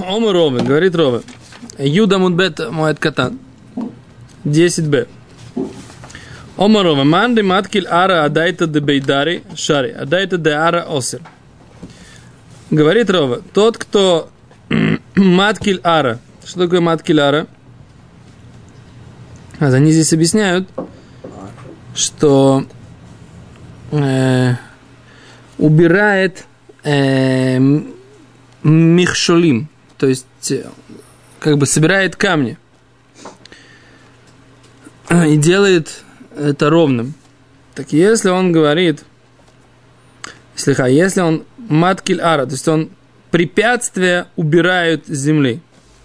Омар Ровен, говорит Ровен. Юда Мудбет Моэд Катан. 10б. Омар Ровен. Манди маткиль ара адайта де бейдари шари. Адайта де ара осер. Говорит Рова. Тот, кто маткиль ара. Что такое маткиль ара? Они здесь объясняют, что убирает михшолим, то есть как бы собирает камни и делает это ровным. Так если он говорит, если он маткиль ара, то есть он препятствия убирает с земли.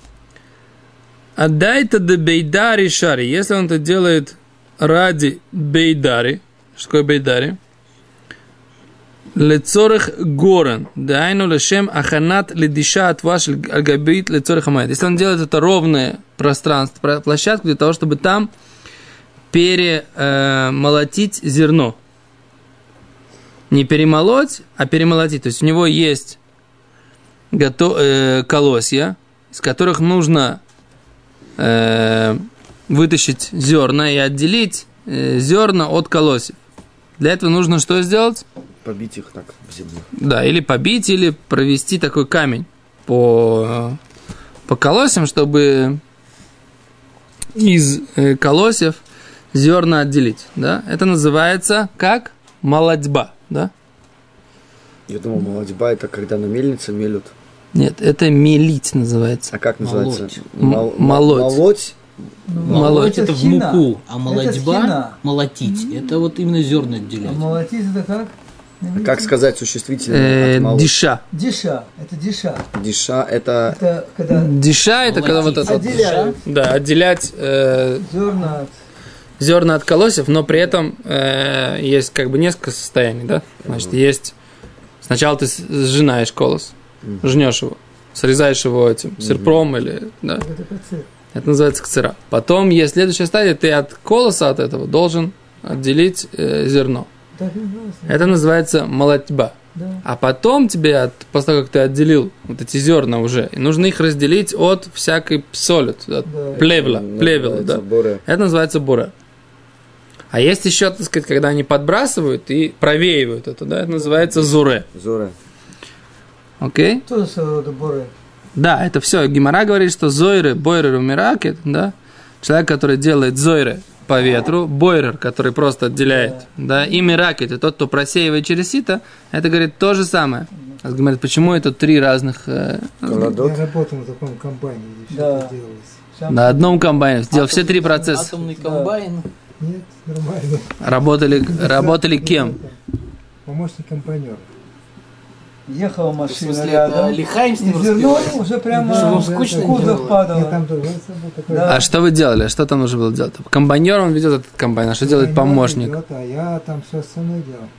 Адайта де бейдари шари, если он это делает ради бейдари, что такое бейдари? Лецорых горан, дайну лешем аханат ледиша от ваш альгабит лецорых амайд. Если он делает это ровное пространство, площадку для того, чтобы там перемолотить зерно. Не перемолоть, а перемолотить. То есть у него есть колосья, из которых нужно вытащить зерна и отделить зерна от колосьев. Для этого нужно что сделать? Побить их так в землю. Да, или побить, или провести такой камень по колосьям, чтобы из колосьев зерна отделить. Да? Это называется как молотьба. Да? Я думал, молотьба это когда на мельнице мелют. Нет, это мелить называется. А как называется? Молоть. Молоть. Молоть это в муку, а молотьба, молотить, это вот именно зерна отделять. А молотить это как? А как сказать существительное? Диша. Диша, это диша. Диша это когда... Диша это когда вот это... Отделяют. Да, отделять зерна от колосьев, но при этом есть как бы несколько состояний, да? Значит, есть... Сначала ты сжинаешь колос, жнешь его, срезаешь его этим серпом или... Да? Это называется кцера. Потом есть следующая стадия, ты от колоса от этого должен отделить зерно. Это называется молотьба. Да. А потом тебе, после того, как ты отделил вот эти зерна уже, нужно их разделить от всякой псоли, от плевела. Да. Это называется бура. А есть еще, так сказать, когда они подбрасывают и провеивают это, да, это называется зуре. Зуре. Окей? Тоже своего рода буры. Да, это все. Гемара говорит, что зойры, бойрер, умиракет, да, человек, который делает зойры по ветру, бойрер, который просто отделяет, да, и миракет, и тот, кто просеивает через сито, это, говорит, то же самое. Говорит, почему это три разных... Я работал на таком комбайне, где все это делалось. На одном комбайне, сделал все три процесса. Атомный комбайн. Нет, нормально. Работали кем? Помощник комбайнера. Ехала машина В смысле, рядом, лихаем с и ним зерно разбивать? уже прямо Чтобы в скучно кузов было. падало. А что вы делали? Что там нужно было делать? Комбайнер, он ведет этот комбайн, а что делает помощник? Ведет, а я там все остальное делал.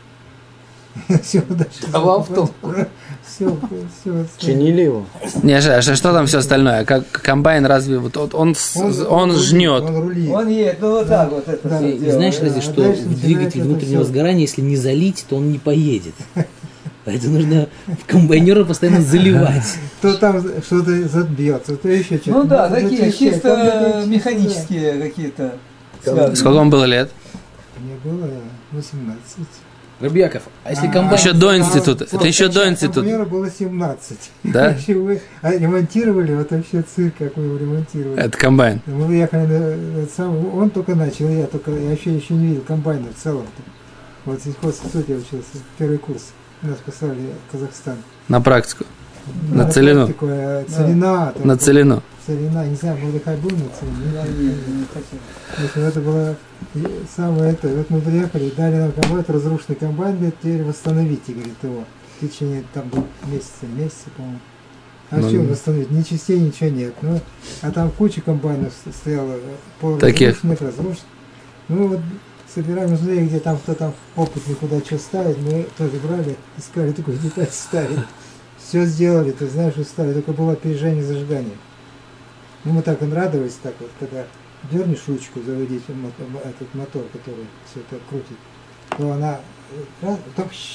Все дальше. Давал в том. Все. Чинили его? Не, а что там все остальное? Как комбайн разве вот он жнет? Он рулит. Он едет, ну вот так вот это Да. все И делает. знаешь, разве что дальше в двигатель начинается внутреннего это всё. сгорания, если не залить, то он не поедет. Поэтому нужно в комбайнера постоянно заливать. То там что-то забьется, то еще что-то. Ну да, такие Зачищает. чисто Там механические какие-то. Сколько вам было лет? Мне было 18. Рыбьяков, а если комбайн... Еще до института. Это еще до института. Комбайнера было 17. Да? Вообще вы ремонтировали, вот вообще цирк, как вы его ремонтировали. Это комбайн. Мы ехали он только начал, я вообще еще не видел комбайна в целом. Вот сельхозинституте я учился, первый курс. Нас послали в Казахстан. На практику. На целину. практику, целина. На целину. Целина, не знаю, Мордыхай был на целине. В общем, это было самое это. Вот мы приехали, дали нам комбайн, разрушенный комбайн, говорит, теперь восстановите, говорит, его. В течение там был месяца, по-моему. А что восстановить? Ни частей, ничего нет. Ну, а там куча комбайнов стояла, полуразрушенных, разрушенных. Ну вот собираем, узнали, где там кто там опытный, куда что ставить, мы тоже брали, искали такую деталь, ставили. Все сделали, ты знаешь, что ставили, только было опережение зажигания. Ну, мы так и радовались, так вот, когда дернешь ручку заводить этот мотор, который все это крутит, то она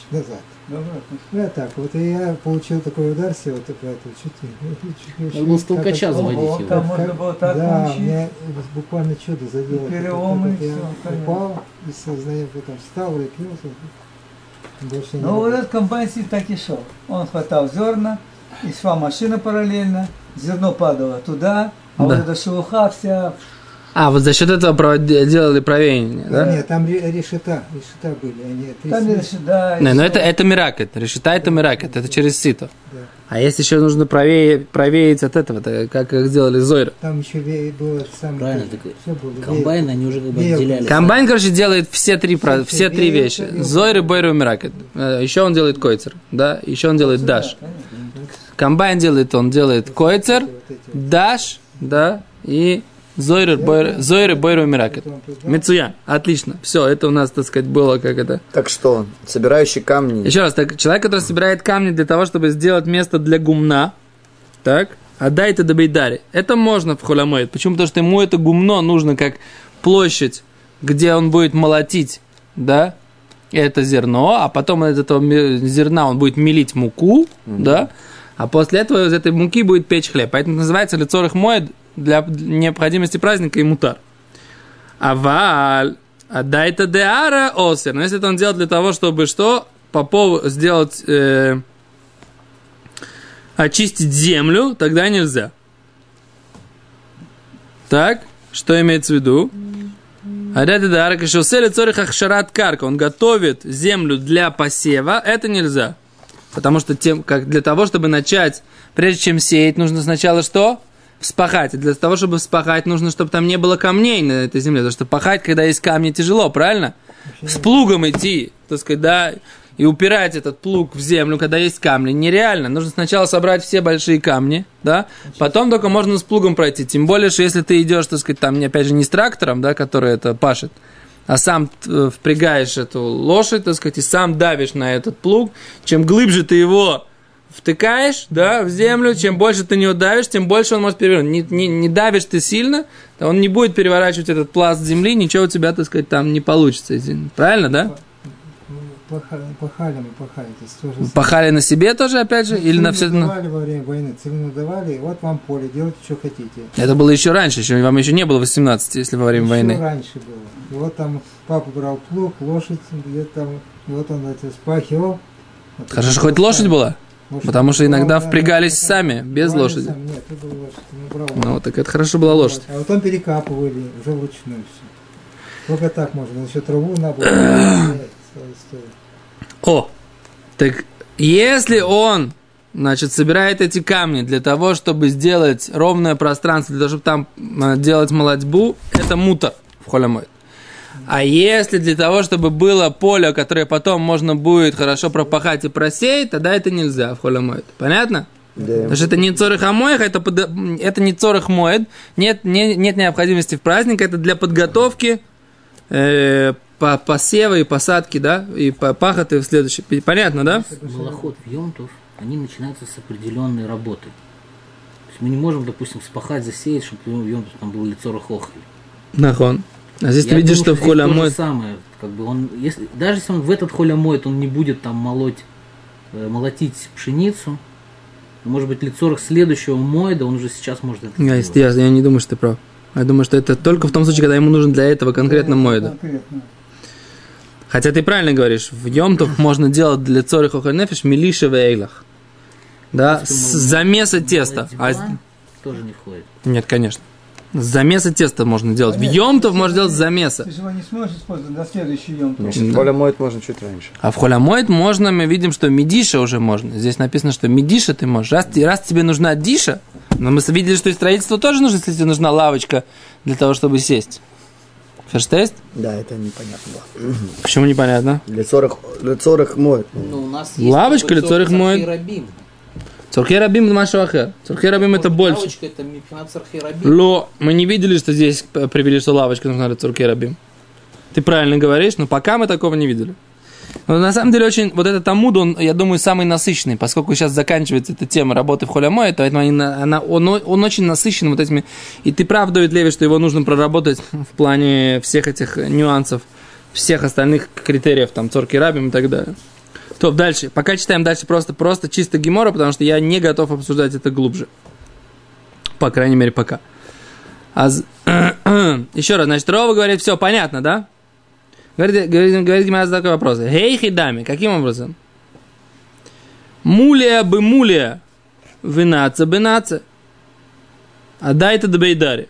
назад. Добро. Ну, я так, вот и я получил такой удар сегодня, такой, чуть Надо было с толкача заводить его. Там можно было так да, получить. мне буквально чудо задело. Переломы, Я всё, понятно. упал, и сознание потом встал, рыкнулся. Больше не Ну вот работал. этот комбайн так и шел. Он хватал зерна, и шла машина параллельно, зерно падало туда, а Да. вот эта шелуха вся. А, вот за счет этого делали провеяние, да? Нет, там решета были. Они, Там да, Не, но это миракет. Решета это миракет, это через сито. Да. А если еще нужно проверить от этого, то как их сделали Зойра. Там еще было самое... Правильно, так Все было. комбайны, они уже как бы Веялка. отделяли. Комбайн, короче, делает все три веялка, вещи. веялка. Зойры, Бойру и Миракет. Еще он делает койцер, да? Еще он делает даш. Комбайн он делает койцер, даш, да, и Зойры, Бойру и Миракет. Мицуя, отлично. Все, это у нас, так сказать, было как это. Так что, собирающий камни. Еще раз, так, человек, который собирает камни для того, чтобы сделать место для гумна, так, отдай это добейдари. Это можно в холямоид. Почему? Потому что ему это гумно нужно как площадь, где он будет молотить, да, это зерно, а потом из этого зерна он будет мелить муку, да, а после этого из этой муки будет печь хлеб. Поэтому называется лицорых моед для необходимости праздника и мутар. Аваль, отдай это деара осер. Но если это он делает для того, чтобы что? Сделать, очистить землю, тогда нельзя. Так, что имеется в виду? Он готовит землю для посева, это нельзя. Потому что для того, чтобы начать, прежде чем сеять, нужно сначала что? Вспахать. И для того, чтобы вспахать, нужно, чтобы там не было камней на этой земле. Потому что пахать, когда есть камни, тяжело, правильно? С плугом идти, так сказать, да, и упирать этот плуг в землю, когда есть камни, нереально. Нужно сначала собрать все большие камни, да, потом только можно с плугом пройти. Тем более, что если ты идешь, так сказать, там, опять же, не с трактором, да, который это пашет, а сам впрягаешь эту лошадь, так сказать, и сам давишь на этот плуг, чем глубже ты его втыкаешь, да, в землю, чем больше ты не давишь, тем больше он может перевернуть. Не давишь ты сильно, то он не будет переворачивать этот пласт земли, ничего у тебя, так сказать, там не получится. Правильно, да? Пахали. То есть тоже Пахали на себе тоже, опять же, или на все... давали во время войны, целину давали, вот вам поле, делайте, что хотите. Это было еще раньше, вам еще не было 18, если во время Еще войны. раньше было. И вот там папа брал плуг, лошадь, где-то там, и вот он это спахивал. Вот Хорошо, это что хоть было лошадь была, лошадь потому что иногда да, впрягались да, сами, без брали лошади. сами. Нет, это была лошадь, не брал. Ну, так это хорошо была лошадь. Вот. А потом перекапывали уже вручную все. Только так можно, еще траву надо было. О, так если он, значит, собирает эти камни для того, чтобы сделать ровное пространство, для того, чтобы там делать молодьбу, это мутар в холямой. А если для того, чтобы было поле, которое потом можно будет хорошо пропахать и просеять, тогда это нельзя в холямой. Понятно? Да. Потому что это не цорых амоях, это не цорых моед, нет необходимости в празднике, это для подготовки посева и посадки, да, и пахоты в следующий. Понятно, да? Малоход в Йом-Тов, они начинаются с определенной работы. То есть мы не можем, допустим, спахать, засеять, чтобы в Йом-Тов там было лицо рахохли. Нахон. А здесь ты видишь, что в холе то же моет. самое, как бы он, даже если он в этот холе моет, он не будет там молотить пшеницу. Может быть, лицорах следующего моеда он уже сейчас может это сделать. Я не думаю, что ты прав. Я думаю, что это только в том случае, когда ему нужен для этого конкретно моеда. Конкретно. Хотя ты правильно говоришь, в Йом-Тов можно делать для цорих охоль-нефеш милиша в эйлах. Да, с замеса теста. Тоже не входит. Нет, конечно. С замеса теста можно делать. В Йом-Тов можно делать с замеса. Ты же его не сможешь использовать на следующий Йом. Значит, поле моет можно чуть раньше. А в холямоид можно, мы видим, что медиша уже можно. Здесь написано, что медиша ты можешь. Раз тебе нужна диша, но мы видели, что и строительство тоже нужно, если тебе нужна лавочка для того, чтобы сесть. Ферштест? Да, это непонятно было. Почему непонятно? Для 40 моет. Ну, у нас Лавочка или цорих моет? Рабим. Цорхей рабим это маша ахер. Цорхей рабим это больше. Лавочка это мифнат цорхей рабим. Ло, мы не видели, что здесь привели, что лавочка нужна для цорхей рабим. Ты правильно говоришь, но пока мы такого не видели. Но на самом деле очень, вот этот Талмуд, он, я думаю, самый насыщенный, поскольку сейчас заканчивается эта тема работы в холямое, поэтому он очень насыщен вот этими, и ты прав, Давид Леви, что его нужно проработать в плане всех этих нюансов, всех остальных критериев, там, цорки рабим и так далее. То, дальше. Пока читаем дальше просто чисто гемора, потому что я не готов обсуждать это глубже. По крайней мере, пока. Еще раз, значит, Рова говорит, все понятно, да? Говорит гемора такой вопрос. Хей хидами, каким образом? Мулия бы мулия, винаца бы наца. Адайта да бейдари.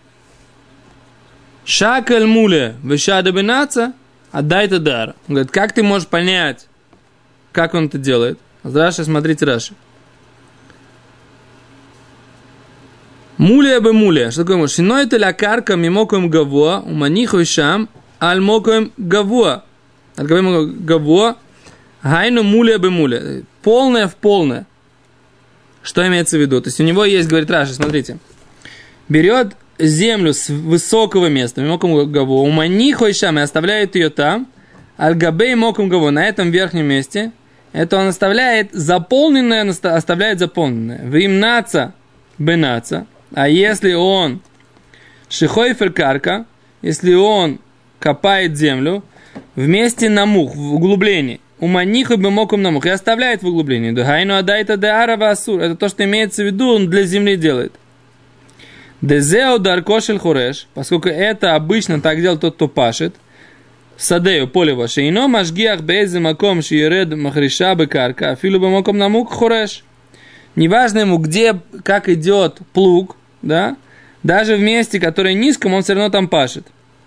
Шакаль мулия, вишада бы наца, адайта дара. Он говорит, как ты можешь понять, как он это делает? Раши, смотрите Раши. Мулия бы мулия. Что такое мулия? Шиной ты ля карка мимокоем гавуа, уманиху шам, аль мокоем гавуа. Аль гавуа, гайну мулия бы мулия. Полное в полное. Что имеется в виду? То есть у него есть, говорит Раши, смотрите. Берет землю с высокого места, мимоком гавуа, уманиху шам, и оставляет ее там, аль габей моком гавуа, на этом верхнем месте. Это он оставляет заполненное, оставляет заполненное. Вимнаца бенаца. А если он шихойфер карка, если он копает землю вместе намух, в углублении, уманиху бемоком намух, и оставляет в углублении. Духайну адайта де арава асур. Это то, что имеется в виду, он для земли делает. Дезео даркошель хуреш, поскольку это обычно так делает тот, кто пашет. Садею поле ваше, ино машгиах бейзе маком шиеред махриша бекарка, афилу бемоком намук хуреш. Неважно ему, где, как идет плуг, да, даже в месте, которое низком, он все равно там пашет.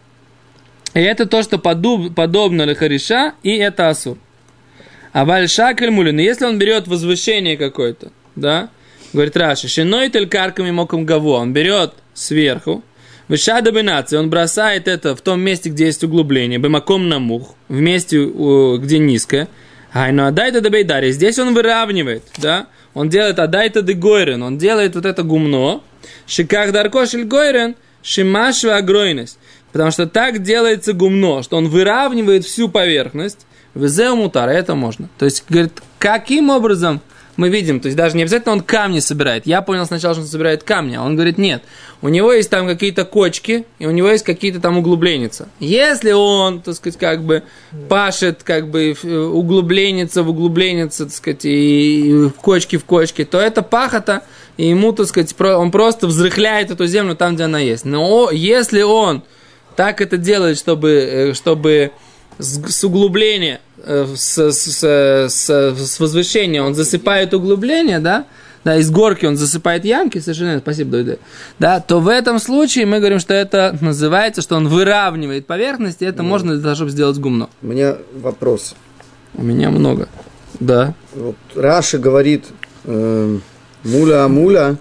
И это то, что подобно лехариша, и это асур. А вальшакель мулин, если он берет возвышение какое-то, да, говорит Раши, шиной тель карками моком гаво, он берет сверху, вышада бенаци, он бросает это в том месте, где есть углубление, бемаком намух, в месте, где низкое, айну адайта де бейдари, здесь он выравнивает, да, он делает адайта де гойрен, он делает вот это гумно, шиках даркошель гойрен, шимашва агройность, потому что так делается гумно, что он выравнивает всю поверхность, везеу мутар, это можно. То есть, говорит, каким образом мы видим, то есть даже не обязательно он камни собирает. Я понял сначала, что он собирает камни, а он говорит, нет, у него есть там какие-то кочки, и у него есть какие-то там углубленица. Если он, так сказать, как бы пашет, как бы углубленица в углубленица, так сказать, и в кочки, то это пахота, и ему, так сказать, он просто взрыхляет эту землю там, где она есть. Но если он так это делает, чтобы с углубления, с возвышения он засыпает углубление, да, из горки он засыпает ямки, совершенно, спасибо, Давид, да, то в этом случае мы говорим, что это называется, что он выравнивает поверхность, и это можно для того, чтобы сделать гумно. У меня вопрос. У меня много, да. Вот Раши говорит, муля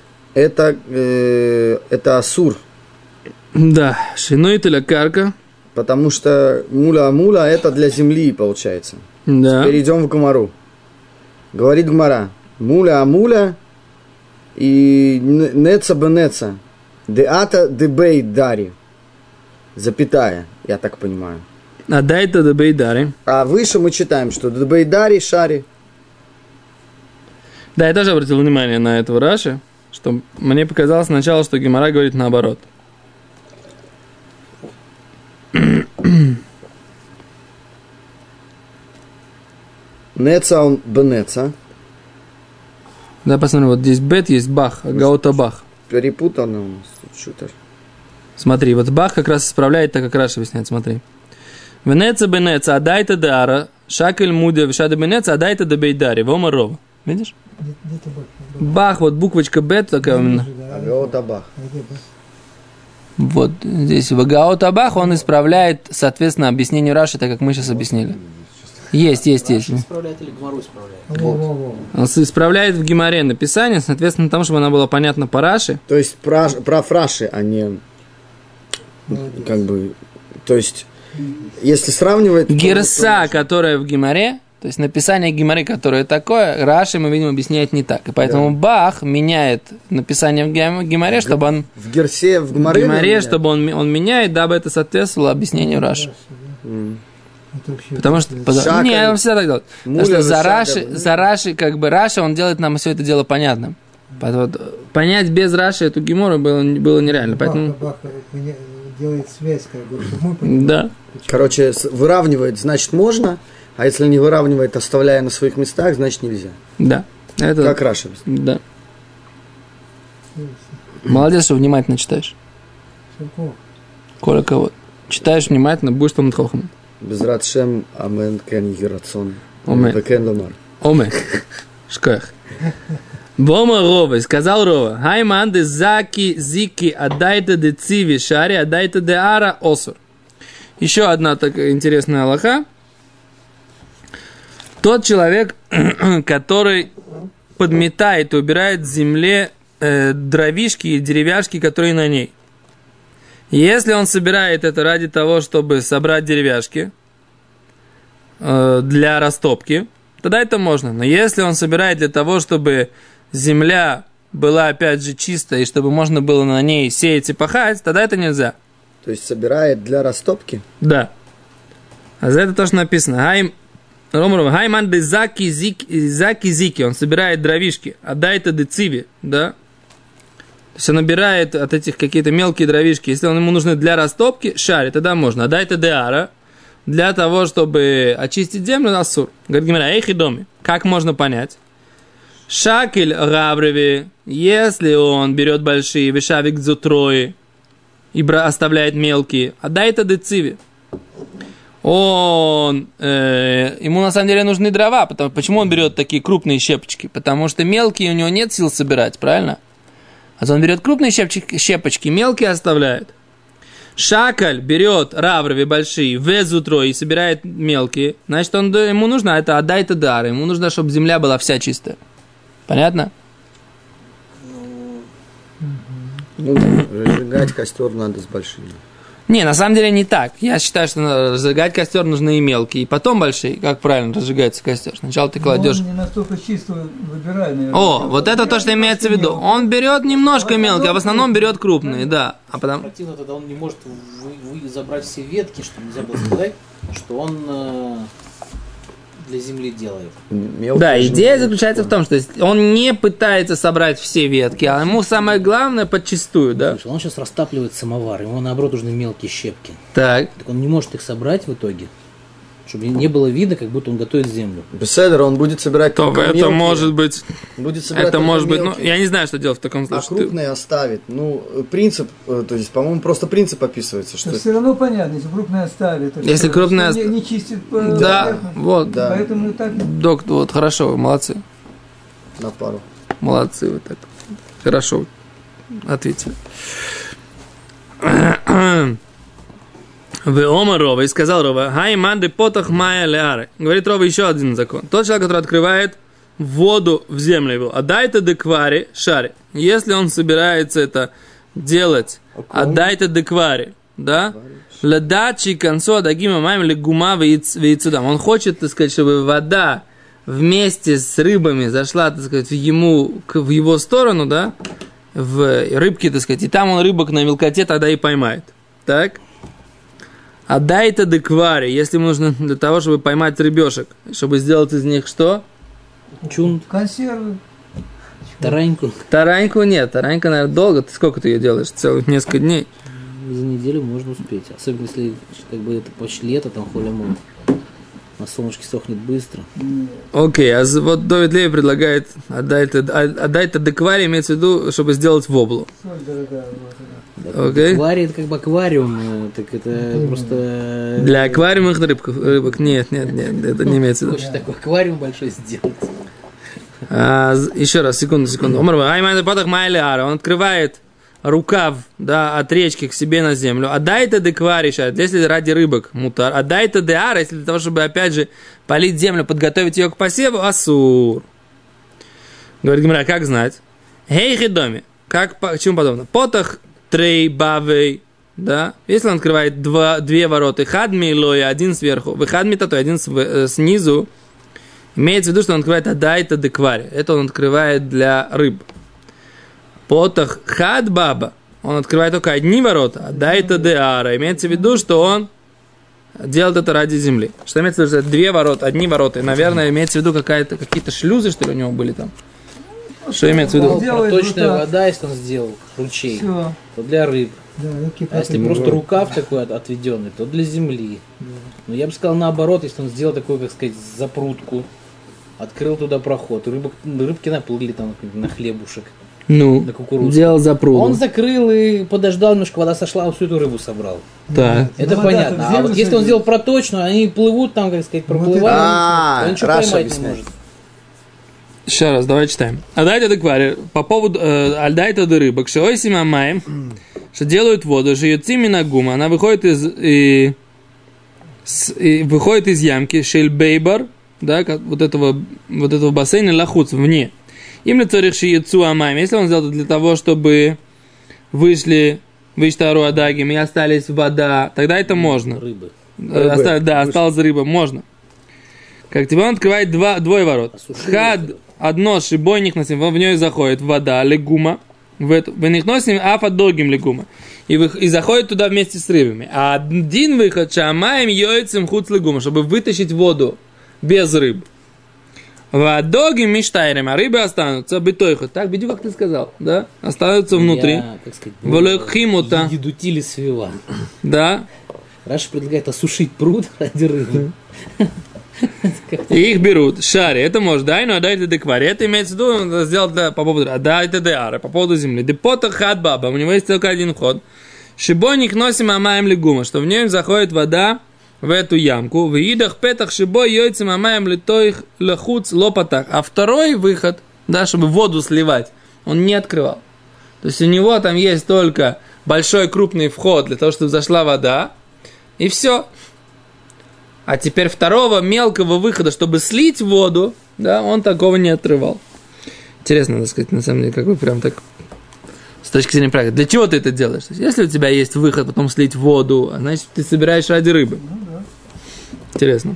это асур. Да, шинуителя карка. Потому что муля это для земли, получается. Да. Теперь идем в Гмару. Говорит Гмара. Муля и неца бенеца. Деата дебей дари. Запятая, я так понимаю. А дайта дебей дари. А выше мы читаем, что дебей дари шари. Да, я тоже обратил внимание на этого Раши, что мне показалось сначала, что Гемара говорит наоборот. Неца он бенеца. Да, посмотрим, вот здесь бет, есть бах, гаота бах. Перепутано у нас тут что-то. Смотри, вот бах как раз исправляет так, как Раши объясняет, смотри. Венеца бенеца, адайта дара, шакель мудя, вишада бенеца, адайта да бейдари, вома рова. Видишь? Где-то Бах, вот буквочка бет такая именно. Гаота бах. Вот здесь в гаота бах он исправляет, соответственно, объяснению Раши, так как мы сейчас объяснили. Есть. Исправляет или Гмару исправляет? Вот. Он исправляет в Гемаре написание, соответственно, тому, чтобы она была понятна по Раши. То есть про Раши, а не как бы, то есть если сравнивать... Герса, которая в Гемаре, то есть написание Гемары, которое такое, Раши, мы видим, объясняет не так. И поэтому Бах меняет написание в Гемаре, чтобы он... В Герсе, в Гемаре, чтобы он меняет, дабы это соответствовало объяснению Раши. Потому что... Не, он всегда так делает. Потому что за Раши, как бы Раши, он делает нам все это дело понятным. Понять без Раши эту Гемору было нереально. Поэтому... Бах делает связь, как бы, чтобы мы понимали. Да. Короче, выравнивает, значит, можно, А если не выравнивает, оставляя на своих местах, значит нельзя. Да. Это... Как Раши. Да. Молодец, что внимательно читаешь. Коля кого? Читаешь внимательно, будешь там хохом. Безрат Шем, амен, кен гирацон. Омен. Векен ломар. Омен. Шках. Бома Рова, сказал Рова, хай манды заки зики адайта де циви шари адайта де ара осур. Еще одна такая интересная алаха. Тот человек, который подметает и убирает с земли дровишки и деревяшки, которые на ней. Если он собирает это ради того, чтобы собрать деревяшки для растопки, тогда это можно. Но если он собирает для того, чтобы земля была опять же чистая, и чтобы можно было на ней сеять и пахать, тогда это нельзя. То есть собирает для растопки? Да. А за это тоже написано. Хайман де заки зики. Он собирает дровишки. Адайта де циви. Да? То есть он набирает от этих какие-то мелкие дровишки. Если ему нужны для растопки, шари, тогда можно. Адайта де ара. Для того, чтобы очистить землю, асур. Говорит Гемара, эйхи доми. Как можно понять? Шакель гавреви. Если он берет большие, вишавик зутрои и оставляет мелкие. Адайта де циви. Ему на самом деле нужны дрова. Почему он берет такие крупные щепочки? Потому что мелкие у него нет сил собирать, правильно? А то он берет крупные щепочки, мелкие оставляет. Шакаль берет раврови большие, везутро и собирает мелкие. Значит, ему нужно, это адайта дара. Ему нужно, чтобы земля была вся чистая. Понятно? Ну, разжигать костер надо с большими. Не, на самом деле не так. Я считаю, что разжигать костер нужны и мелкие, и потом большие. Как правильно разжигается костер? Сначала ты кладешь... Он не настолько чистую выбирает, наверное. Вот это то, что имеется в виду. Он берет немножко мелкие, а в основном берет крупные, да. А потом... Противно тогда он не может забрать все ветки, что нельзя было сказать, что он для земли делает. Да, идея заключается в том, что он не пытается собрать все ветки, а ему самое главное подчистую, да? Слушай, он сейчас растапливает самовар, ему наоборот нужны мелкие щепки. Так Он не может их собрать в итоге, чтобы не было видно, как будто он готовит землю. Беседер, он будет собирать только это мелкие. Может быть... Будет собирать это может быть... мелкие. Ну, я не знаю, что делать в таком случае. А крупные оставит. Ну, принцип, то есть, по-моему, просто принцип описывается. Что все равно понятно, если крупные оставит. Если крупные не чистит... Да, вот. Да. Поэтому и так... Док, вот, хорошо, вы молодцы. На пару. Молодцы вы так. Хорошо ответили. Веома Рова, и сказал Рова, хай манды потах майя леары. Говорит Рова еще один закон. Тот человек, который открывает воду в землю его, адайте деквари шари. Если он собирается это делать, адайте деквари, да? Ладачи концо дагима майм легума вейцудам. Он хочет, так сказать, чтобы вода вместе с рыбами зашла, так сказать, в его сторону, да? В рыбки, так сказать, и там он рыбок на мелкоте тогда и поймает. Так? Адайта деквари, если ему нужно для того, чтобы поймать рыбешек, чтобы сделать из них что? Чунт. Консервы. Тараньку. Тараньку нет, таранька, наверное, долго. Ты сколько ты ее делаешь? Целых несколько дней. За неделю можно успеть. Особенно, если как бы это почти лето, там холямон. На солнышке сохнет быстро. Окей, а вот Довид Леви предлагает адайта деквари, имеется в виду, чтобы сделать воблу. Окей. Акварий это как бы аквариум, так это просто... Для аквариумных рыбок. Нет, это не имеется в виду. Хочешь такой аквариум большой сделать? Еще раз, секунду. Он открывает рукав, да, от речки к себе на землю. Адайта деквари, если ради рыбок мутар. Адайта деара, если для того, чтобы опять же полить землю, подготовить ее к посеву, асур. Говорит Гемара, как знать? Хей хидоми. Как, чему подобно? Потах трей бавей, да? Если он открывает две ворота, хадми лоя, один сверху, выхадми татой, один снизу, имеется в виду, что он открывает адайта деквари. Это он открывает для рыб. Потах хад баба, он открывает только одни ворота, адайта деара. Имеется в виду, что он делает это ради земли. Что имеется в виду, что две ворота, одни ворота. И, наверное, имеется в виду какие-то шлюзы, что ли, у него были там. Что имеется в виду? Делает Проточная вот так. вода, если он сделал ручей, Все. то для рыб. Да, руки А если потом. просто рукав такой отведенный, то для земли. Но я бы сказал наоборот, если он сделал такую, как сказать, запрутку, открыл туда проход, рыбки наплыли там на хлебушек, Ну, на кукурузу. делал запруду. Он закрыл и подождал, немножко вода сошла, он всю эту рыбу собрал. Так. Это вода-то понятно. в А землю вот если он садится. сделал проточную, они плывут там, как сказать, проплывают, А, он ничего Раша поймать не объясняет. может. Еще раз, давай читаем. Адайта деквари, по поводу альдайта де рыбок, что ойсима маем, что делают воду, что юцимина гума, она выходит выходит из ямки, шельбейбар, да, вот этого бассейна лахуц, вне. Им ли царих шиецу амаем, если он сделал это для того, чтобы выштару адагим и остались вода, тогда это можно. Рыбы. Осталась рыба, можно. Как тебе он открывает двое ворот. Хад, одно шибойник носим, в нее заходит вода, легума, в них носим афа долгим легума. И заходит туда вместе с рыбами. А один выход, шамаем йойцем хуц легума, чтобы вытащить воду без рыб. Вадоги миштайрем, а рыбы останутся битойхот. Так, бедю, как ты сказал, да? Останутся внутри. Я, как сказать, Волохимута. едутили свива. Да. Раша предлагает осушить пруд ради рыбы. И их берут. Шари, это может, да, но дайте деквари. Это имеется в виду, он сделал по поводу, дайте деара, по поводу земли. Депота хат баба, у него есть только один ход. Шибойник носим амаем легума, что в нем заходит вода в эту ямку. В идах петах шибой йойцем амаем литоих лахуц лопатах. А второй выход, да, чтобы воду сливать, он не открывал. То есть у него там есть только большой крупный вход для того, чтобы зашла вода, и все. А теперь второго мелкого выхода, чтобы слить воду, да, он такого не отрывал. Интересно, надо сказать, на самом деле, как бы прям так, с точки зрения практики. Для чего ты это делаешь? Если у тебя есть выход потом слить воду, значит, ты собираешь ради рыбы. Интересно.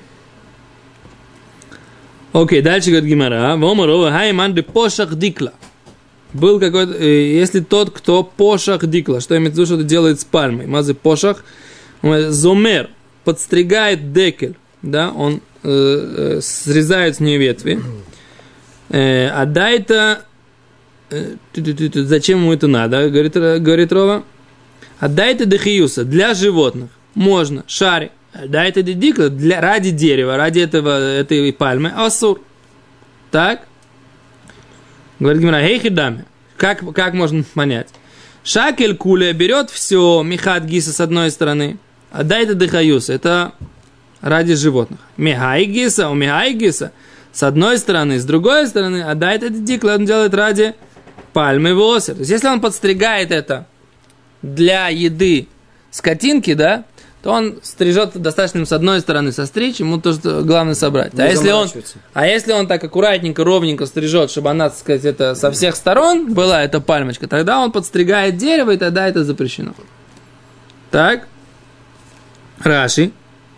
Окей, дальше говорит Гимара. Вомарова хайман де пошах дикла. Был какой-то, если тот, кто пошах дикла, что имеется в виду, что это делает с пальмой. Мазы пошах, зомер, подстригает декель, да, он срезает с нее ветви. А дай-то, зачем ему это надо, говорит Рова. А дай-то дехиюса, для животных, можно, шари. Дай-то дикла, ради дерева, ради этой пальмы, асур. Так? Говорит Гимара, хейхидаме. Как можно понять? Шакель куля берет все, михат гиса с одной стороны, а дай-то дыхаюса, это ради животных. Михай гиса с одной стороны, с другой стороны, а дай-то дикла он делает ради пальмы волоса. То есть, если он подстригает это для еды скотинки, да, то он стрижет достаточно с одной стороны состричь, ему то, что главное собрать. А если он так аккуратненько, ровненько стрижет, чтобы она, так сказать, это со всех сторон была эта пальмочка, тогда он подстригает дерево, и тогда это запрещено. Так. Раши.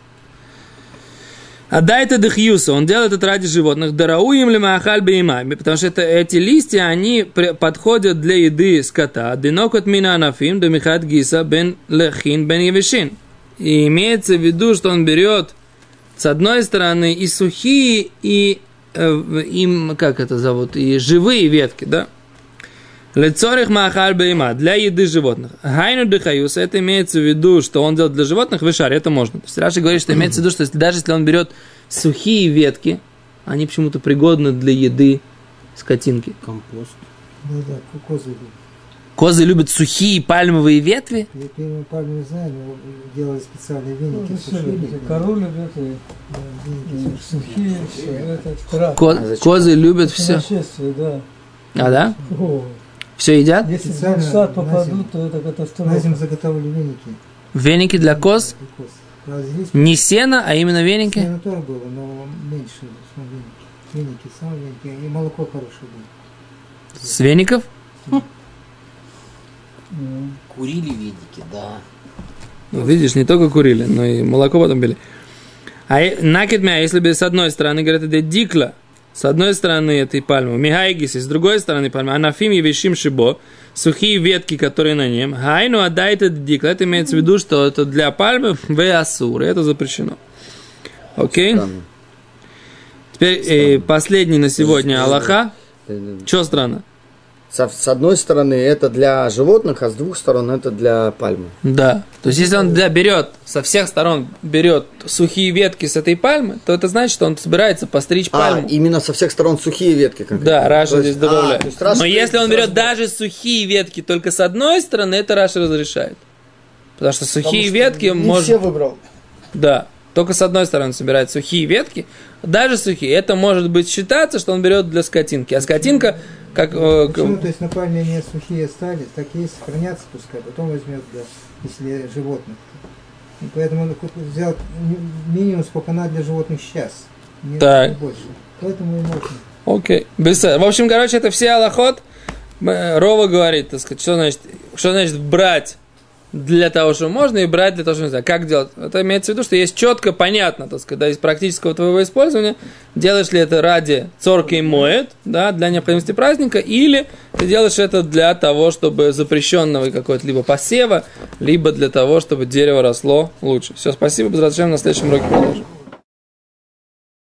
А дай-то дыхьюса, он делает это ради животных. Дарауим ли маахаль бейма, потому что эти листья, они подходят для еды скота. Динокот мина анафим, домихат гиса, бен лехин, бен евишин. И имеется в виду, что он берет с одной стороны и сухие, и как это зовут, и живые ветки, да? Лецорих маахаль бейма, для еды животных. Хайну дыхаюса, это имеется в виду, что он делает для животных, вышар, это можно. То есть Раши говорит, что имеется в виду, что даже если он берет сухие ветки, они почему-то пригодны для еды скотинки. Компост. Да, козы любят. Козы любят сухие пальмовые ветви? Я первую пальму не знаю, но делали специальные веники, сушили. Кору любят, и сухие, все, это трав. Козы любят все. Нашествие, да. А, да? О, Все едят? если в Специально сад на попадут, зиму. то это На катастрофа. зиму заготовили веники. Веники для коз? для коз. Правда, здесь Не сено, а именно веники? сено тоже было, но меньше, чем веники. Веники, сам веники, и молоко хорошее было. С веников? Курили ведики, да. Ну, видишь, не только курили, но и молоко потом пили. А накидмя, если бы с одной стороны, говорят, это дикла, с одной стороны этой пальмы, михайгис, с другой стороны пальмы, анафим и вишим шибо, сухие ветки, которые на нем, хайну адайта дикла, это имеется в виду, что это для пальмы веасур, это запрещено. Окей? Теперь последний на сегодня Аллаха. Что странно? С одной стороны это для животных, а с двух сторон это для пальмы. Да. То есть, если он берет, со всех сторон берет сухие ветки с этой пальмы, то это значит, что он собирается постричь пальму. Именно со всех сторон сухие ветки. Да, Раша здесь добавляет. Раша, но если он берет даже сухие ветки только с одной стороны, это Раша разрешает. Потому что сухие ветки не все выбрал. Да. Только с одной стороны собирает сухие ветки, даже сухие. Это может быть считаться, что он берет для скотинки. А скотинка, как... Почему? То есть на пальме не сухие остались, так и сохранятся пускай, потом возьмет, да, если животных. И поэтому он взял минимум, сколько надо для животных сейчас. Не так. Больше. Поэтому и можно. Окей. В общем, короче, это все алахот. Рова говорит, так сказать, что значит брать для того, что можно, и брать для того, что нельзя. Как делать? Это имеется в виду, что есть четко, понятно, так сказать, да, из практического твоего использования, делаешь ли это ради цорки и моет, да, для необходимости праздника, или ты делаешь это для того, чтобы запрещенного какого-то либо посева, либо для того, чтобы дерево росло лучше. Все, спасибо, безразлично, на следующем уроке продолжим.